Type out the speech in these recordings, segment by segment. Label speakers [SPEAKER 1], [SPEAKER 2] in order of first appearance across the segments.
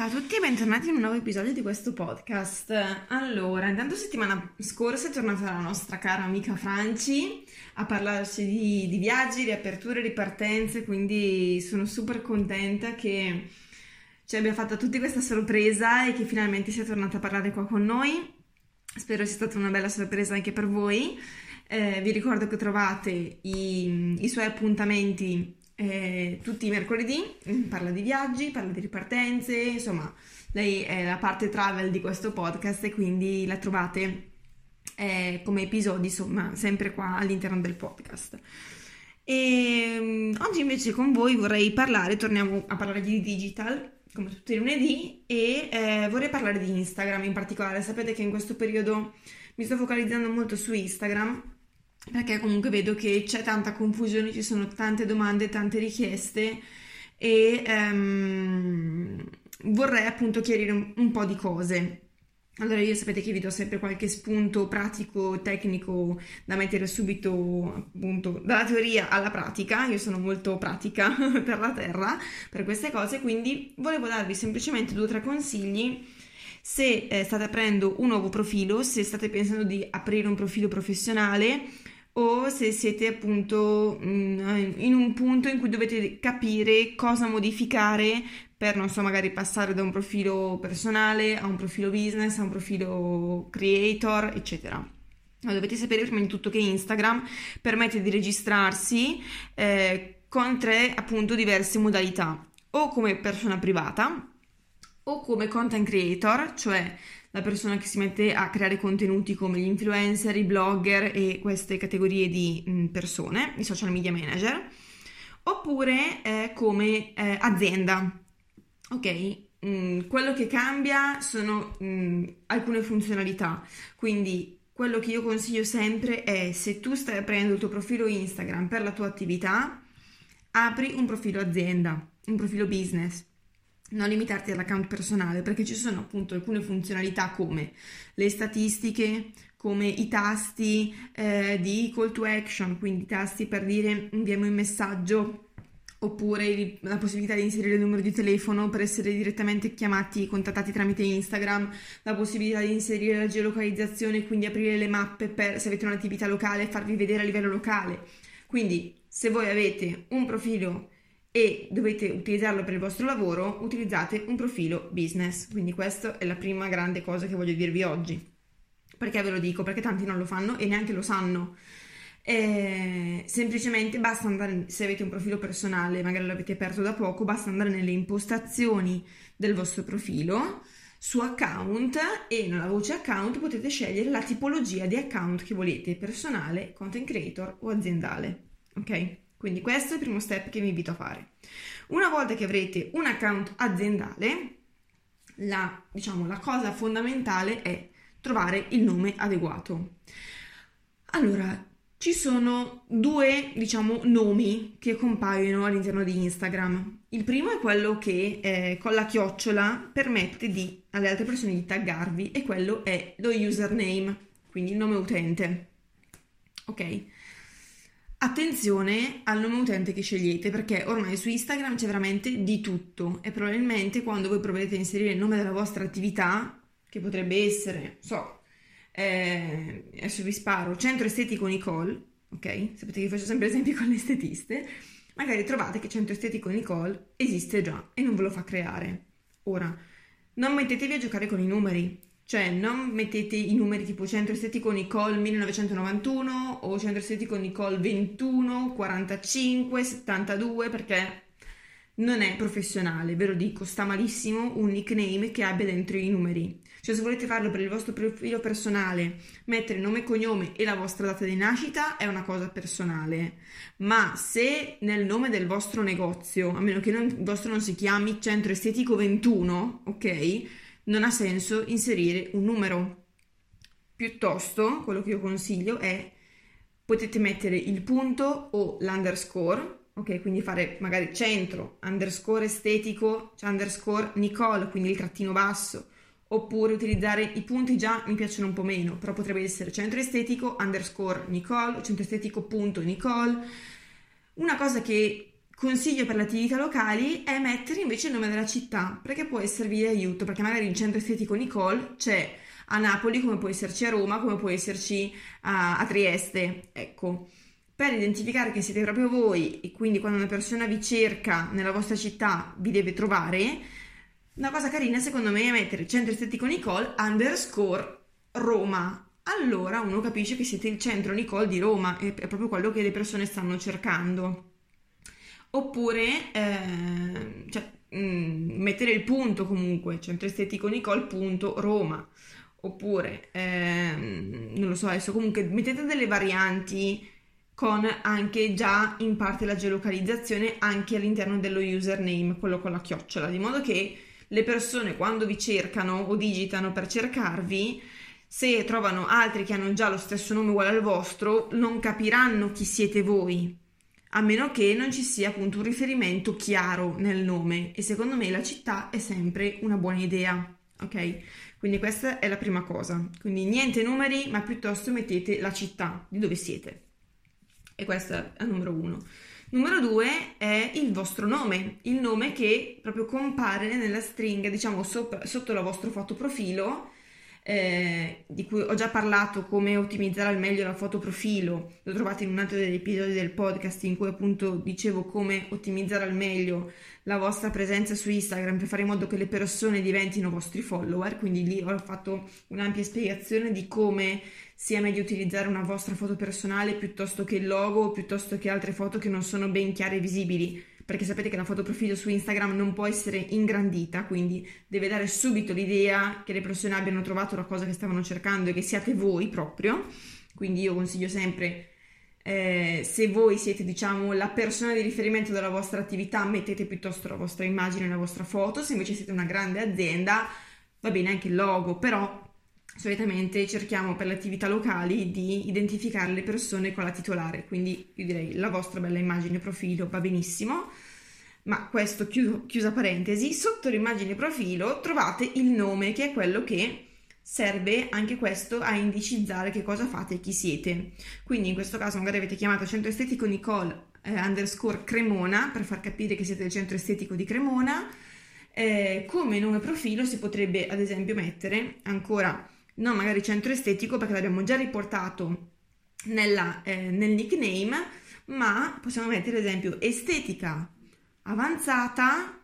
[SPEAKER 1] Ciao a tutti e bentornati in un nuovo episodio di questo podcast. Allora, intanto settimana scorsa è tornata la nostra cara amica Franci a parlarci di viaggi, riaperture, ripartenze, quindi sono super contenta che ci abbia fatto tutti questa sorpresa e che finalmente sia tornata a parlare qua con noi. Spero sia stata una bella sorpresa anche per voi. Vi ricordo che trovate i suoi appuntamenti tutti i mercoledì, parla di viaggi, parla di ripartenze, insomma, lei è la parte travel di questo podcast e quindi la trovate come episodi, insomma, sempre qua all'interno del podcast. E oggi invece con voi torniamo a parlare di digital, come tutti i lunedì, e vorrei parlare di Instagram in particolare. Sapete che in questo periodo mi sto focalizzando molto su Instagram, perché comunque vedo che c'è tanta confusione, ci sono tante domande, tante richieste e vorrei appunto chiarire un po' di cose. Allora, io sapete che vi do sempre qualche spunto pratico, tecnico da mettere subito appunto dalla teoria alla pratica. Io sono molto pratica per la terra per queste cose, quindi volevo darvi semplicemente 2 o 3 consigli se state aprendo un nuovo profilo, se state pensando di aprire un profilo professionale o se siete appunto in un punto in cui dovete capire cosa modificare per, non so, magari passare da un profilo personale a un profilo business, a un profilo creator, eccetera. Dovete sapere prima di tutto che Instagram permette di registrarsi con 3 appunto diverse modalità, o come persona privata o come content creator, cioè la persona che si mette a creare contenuti come gli influencer, i blogger e queste categorie di persone, i social media manager, oppure come azienda. Ok, quello che cambia sono alcune funzionalità, quindi quello che io consiglio sempre è: se tu stai aprendo il tuo profilo Instagram per la tua attività, apri un profilo azienda, un profilo business. Non limitarti all'account personale, perché ci sono appunto alcune funzionalità come le statistiche, come i tasti di call to action, quindi i tasti per dire inviamo un messaggio, oppure la possibilità di inserire il numero di telefono per essere direttamente chiamati, contattati tramite Instagram, la possibilità di inserire la geolocalizzazione, quindi aprire le mappe per, se avete un'attività locale, farvi vedere a livello locale. Quindi se voi avete un profilo e dovete utilizzarlo per il vostro lavoro, utilizzate un profilo business. Quindi questa è la prima grande cosa che voglio dirvi oggi. Perché ve lo dico? Perché tanti non lo fanno e neanche lo sanno. Semplicemente basta andare, se avete un profilo personale, magari l'avete aperto da poco, basta andare nelle impostazioni del vostro profilo, su account, e nella voce account potete scegliere la tipologia di account che volete: personale, content creator o aziendale. Ok? Quindi questo è il primo step che vi invito a fare. Una volta che avrete un account aziendale, la cosa fondamentale è trovare il nome adeguato. Allora, ci sono 2, nomi che compaiono all'interno di Instagram. Il primo è quello che con la chiocciola permette alle altre persone di taggarvi, e quello è lo username, quindi il nome utente. Ok? Attenzione al nome utente che scegliete, perché ormai su Instagram c'è veramente di tutto e probabilmente quando voi proverete a inserire il nome della vostra attività, che potrebbe essere, adesso vi sparo, Centro Estetico Nicole, ok? Sapete che faccio sempre esempi con le estetiste, magari trovate che Centro Estetico Nicole esiste già e non ve lo fa creare. Ora, non mettetevi a giocare con i numeri. Cioè, non mettete i numeri tipo Centro Estetico Nicole 1991 o Centro Estetico Nicole 21, 45, 72, perché non è professionale, ve lo dico, sta malissimo un nickname che abbia dentro i numeri. Cioè, se volete farlo per il vostro profilo personale, mettere nome e cognome e la vostra data di nascita è una cosa personale, ma se nel nome del vostro negozio, a meno che il vostro non si chiami Centro Estetico 21, ok? Non ha senso inserire un numero. Piuttosto, quello che io consiglio è: potete mettere il punto o l'underscore, ok? Quindi fare magari centro, underscore estetico, cioè underscore Nicole, quindi il trattino basso, oppure utilizzare i punti, già mi piacciono un po' meno, però potrebbe essere centro estetico, underscore Nicole, centro estetico punto Nicole. Una cosa che consiglio per le attività locali è mettere invece il nome della città, perché può esservi di aiuto, perché magari il centro estetico Nicole c'è a Napoli, come può esserci a Roma, come può esserci a Trieste, ecco. Per identificare che siete proprio voi e quindi quando una persona vi cerca nella vostra città vi deve trovare, una cosa carina secondo me è mettere centro estetico Nicole _ Roma. Allora uno capisce che siete il centro Nicole di Roma, è proprio quello che le persone stanno cercando. Oppure mettere il punto comunque, centro estetico Nicole punto Roma. Oppure, non lo so adesso, comunque mettete delle varianti con anche già in parte la geolocalizzazione anche all'interno dello username, quello con la chiocciola, di modo che le persone quando vi cercano o digitano per cercarvi, se trovano altri che hanno già lo stesso nome uguale al vostro, non capiranno chi siete voi, a meno che non ci sia appunto un riferimento chiaro nel nome, e secondo me la città è sempre una buona idea, ok? Quindi questa è la prima cosa, quindi niente numeri, ma piuttosto mettete la città di dove siete. E questo è il numero 1. Numero 2 è il vostro nome, il nome che proprio compare nella stringa, diciamo sotto la vostra foto profilo, di cui ho già parlato, come ottimizzare al meglio la foto profilo. Lo trovate in un altro degli episodi del podcast in cui appunto dicevo come ottimizzare al meglio la vostra presenza su Instagram per fare in modo che le persone diventino vostri follower, quindi lì ho fatto un'ampia spiegazione di come sia meglio utilizzare una vostra foto personale piuttosto che il logo, piuttosto che altre foto che non sono ben chiare e visibili, perché sapete che la foto profilo su Instagram non può essere ingrandita, quindi deve dare subito l'idea che le persone abbiano trovato la cosa che stavano cercando e che siate voi proprio. Quindi io consiglio sempre, se voi siete diciamo la persona di riferimento della vostra attività, mettete piuttosto la vostra immagine, la vostra foto. Se invece siete una grande azienda va bene anche il logo, però solitamente cerchiamo per le attività locali di identificare le persone con la titolare, quindi io direi la vostra bella immagine profilo va benissimo, ma questo chiusa parentesi. Sotto l'immagine profilo trovate il nome, che è quello che serve anche questo a indicizzare che cosa fate e chi siete. Quindi in questo caso magari avete chiamato centro estetico Nicole _ Cremona per far capire che siete il centro estetico di Cremona. Come nome profilo si potrebbe ad esempio mettere ancora non magari centro estetico, perché l'abbiamo già riportato nel nickname, ma possiamo mettere ad esempio estetica avanzata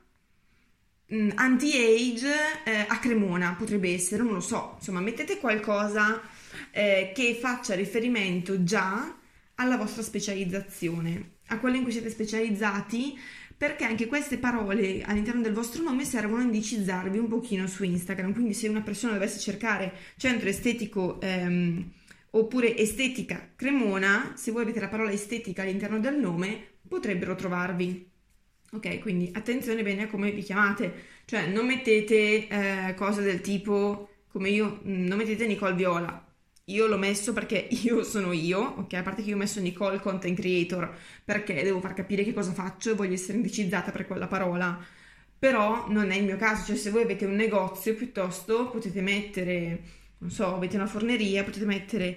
[SPEAKER 1] anti-age a Cremona, potrebbe essere, non lo so, insomma mettete qualcosa che faccia riferimento già alla vostra specializzazione, a quello in cui siete specializzati, perché anche queste parole all'interno del vostro nome servono a indicizzarvi un pochino su Instagram. Quindi se una persona dovesse cercare centro estetico oppure estetica Cremona, se voi avete la parola estetica all'interno del nome potrebbero trovarvi. Ok, quindi attenzione bene a come vi chiamate, cioè non mettete cose del tipo come io, non mettete Nicole Viola. Io l'ho messo perché io sono io, ok? A parte che io ho messo Nicole Content Creator perché devo far capire che cosa faccio e voglio essere indicizzata per quella parola, però non è il mio caso. Cioè se voi avete un negozio piuttosto potete mettere, non so, avete una forneria, potete mettere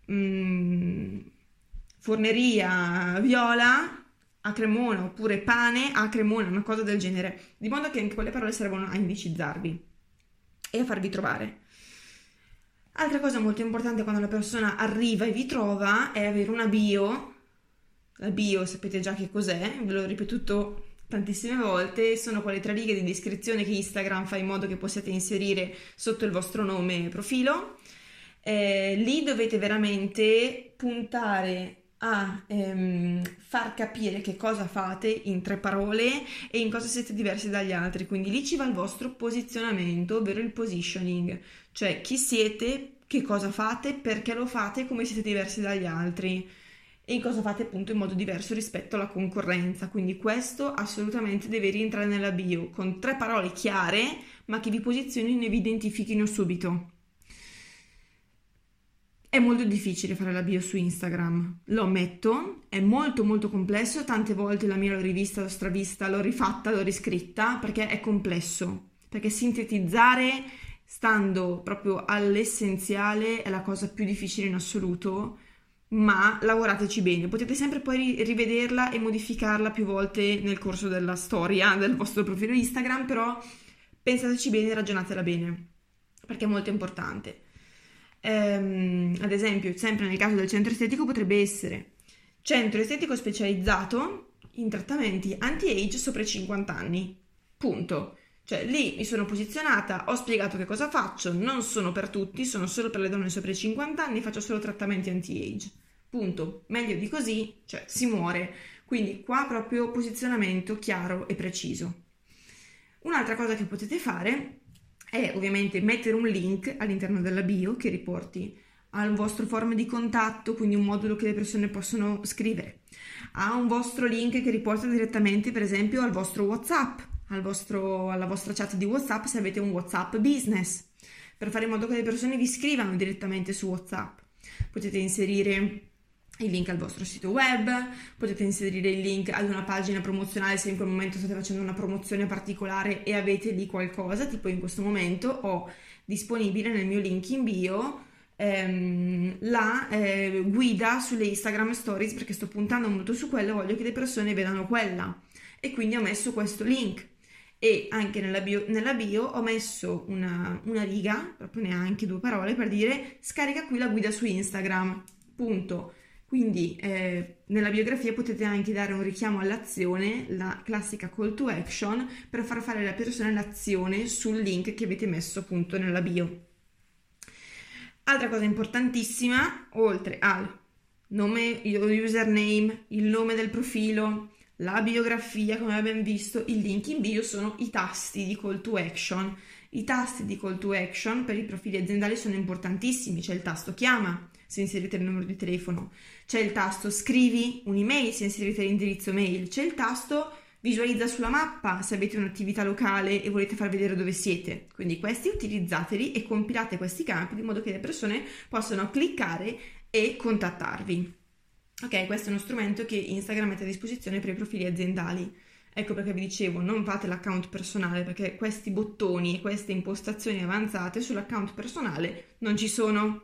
[SPEAKER 1] forneria Viola a Cremona oppure pane a Cremona, una cosa del genere, di modo che anche quelle parole servono a indicizzarvi e a farvi trovare. Altra cosa molto importante quando la persona arriva e vi trova è avere una bio. La bio sapete già che cos'è, ve l'ho ripetuto tantissime volte, sono quelle 3 righe di descrizione che Instagram fa in modo che possiate inserire sotto il vostro nome profilo. Lì dovete veramente puntare a far capire che cosa fate in 3 parole e in cosa siete diversi dagli altri, quindi lì ci va il vostro posizionamento, ovvero il positioning, cioè chi siete, che cosa fate, perché lo fate, come siete diversi dagli altri e in cosa fate appunto in modo diverso rispetto alla concorrenza. Quindi questo assolutamente deve rientrare nella bio con 3 parole chiare ma che vi posizionino e vi identifichino subito. È molto difficile fare la bio su Instagram, lo ammetto, è molto molto complesso, tante volte la mia l'ho rivista, l'ho stravista, l'ho rifatta, l'ho riscritta, perché è complesso, perché sintetizzare stando proprio all'essenziale è la cosa più difficile in assoluto, ma lavorateci bene. Potete sempre poi rivederla e modificarla più volte nel corso della storia del vostro profilo Instagram, però pensateci bene e ragionatela bene, perché è molto importante. Ad esempio, sempre nel caso del centro estetico potrebbe essere centro estetico specializzato in trattamenti anti-age sopra i 50 anni. Punto. Cioè, lì mi sono posizionata, ho spiegato che cosa faccio, non sono per tutti, sono solo per le donne sopra i 50 anni, faccio solo trattamenti anti-age. Punto. Meglio di così, cioè, si muore. Quindi qua proprio posizionamento chiaro e preciso. Un'altra cosa che potete fare è ovviamente mettere un link all'interno della bio che riporti al vostro form di contatto, quindi un modulo che le persone possono scrivere, a un vostro link che riporta direttamente, per esempio, al vostro WhatsApp, alla vostra chat di WhatsApp se avete un WhatsApp business, per fare in modo che le persone vi scrivano direttamente su WhatsApp. Potete inserire il link al vostro sito web, potete inserire il link ad una pagina promozionale se in quel momento state facendo una promozione particolare e avete lì qualcosa, tipo in questo momento ho disponibile nel mio link in bio la guida sulle Instagram Stories, perché sto puntando molto su quello, voglio che le persone vedano quella, e quindi ho messo questo link. E anche nella bio ho messo una riga, proprio neanche 2 parole, per dire scarica qui la guida su Instagram, punto. Quindi nella biografia potete anche dare un richiamo all'azione, la classica call to action, per far fare alla persona l'azione sul link che avete messo appunto nella bio. Altra cosa importantissima, oltre al nome, username, il nome del profilo, la biografia, come abbiamo visto, il link in bio, sono i tasti di call to action. I tasti di call to action per i profili aziendali sono importantissimi. C'è il tasto chiama se inserite il numero di telefono, c'è il tasto scrivi un'email se inserite l'indirizzo mail, c'è il tasto visualizza sulla mappa se avete un'attività locale e volete far vedere dove siete. Quindi questi utilizzateli e compilate questi campi di modo che le persone possano cliccare e contattarvi. Ok, questo è uno strumento che Instagram mette a disposizione per i profili aziendali. Ecco perché vi dicevo, non fate l'account personale, perché questi bottoni e queste impostazioni avanzate sull'account personale non ci sono.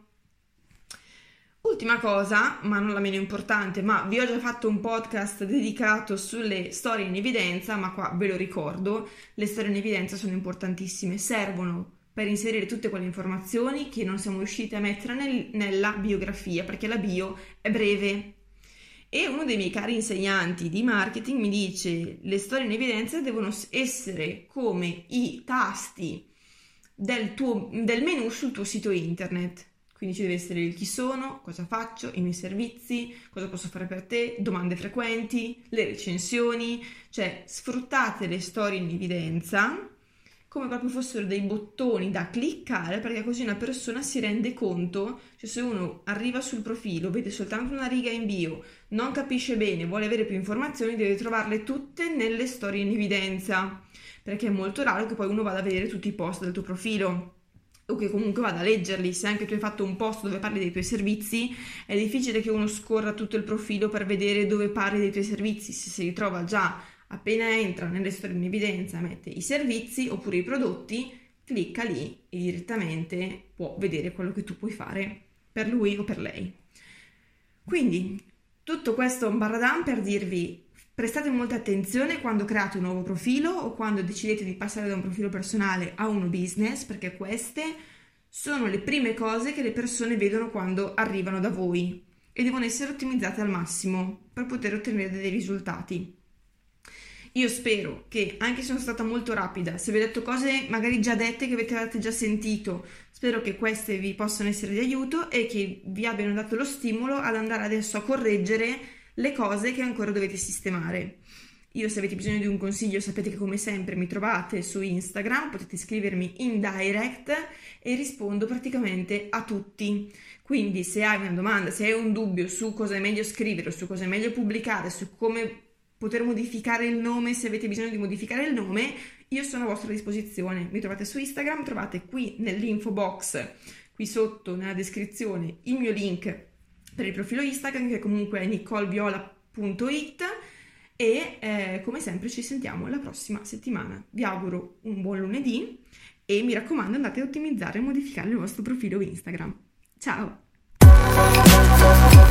[SPEAKER 1] Ultima cosa, ma non la meno importante, ma vi ho già fatto un podcast dedicato sulle storie in evidenza, ma qua ve lo ricordo, le storie in evidenza sono importantissime, servono per inserire tutte quelle informazioni che non siamo riusciti a mettere nella biografia, perché la bio è breve. E uno dei miei cari insegnanti di marketing mi dice: le storie in evidenza devono essere come i tasti del menu sul tuo sito internet. Quindi ci deve essere il chi sono, cosa faccio, i miei servizi, cosa posso fare per te, domande frequenti, le recensioni, cioè sfruttate le storie in evidenza come proprio fossero dei bottoni da cliccare, perché così una persona si rende conto, cioè se uno arriva sul profilo, vede soltanto una riga in bio, non capisce bene, vuole avere più informazioni, deve trovarle tutte nelle storie in evidenza, perché è molto raro che poi uno vada a vedere tutti i post del tuo profilo, o che comunque vada a leggerli. Se anche tu hai fatto un post dove parli dei tuoi servizi, è difficile che uno scorra tutto il profilo per vedere dove parli dei tuoi servizi. Se si ritrova già appena entra nelle storie in evidenza, mette i servizi oppure i prodotti, clicca lì e direttamente può vedere quello che tu puoi fare per lui o per lei. Quindi tutto questo baradam per dirvi: prestate molta attenzione quando create un nuovo profilo o quando decidete di passare da un profilo personale a uno business, perché queste sono le prime cose che le persone vedono quando arrivano da voi e devono essere ottimizzate al massimo per poter ottenere dei risultati. Io spero che, anche se sono stata molto rapida, se vi ho detto cose magari già dette che avete già sentito, spero che queste vi possano essere di aiuto e che vi abbiano dato lo stimolo ad andare adesso a correggere le cose che ancora dovete sistemare. Io, se avete bisogno di un consiglio, sapete che come sempre mi trovate su Instagram, potete scrivermi in direct e rispondo praticamente a tutti. Quindi se hai una domanda, se hai un dubbio su cosa è meglio scrivere, su cosa è meglio pubblicare, su come poter modificare il nome, se avete bisogno di modificare il nome, io sono a vostra disposizione. Mi trovate su Instagram, trovate qui nell'info box, qui sotto nella descrizione, il mio link per il profilo Instagram, che comunque è nicoleviola.it, e come sempre ci sentiamo la prossima settimana. Vi auguro un buon lunedì e mi raccomando, andate a ottimizzare e modificare il vostro profilo Instagram. Ciao!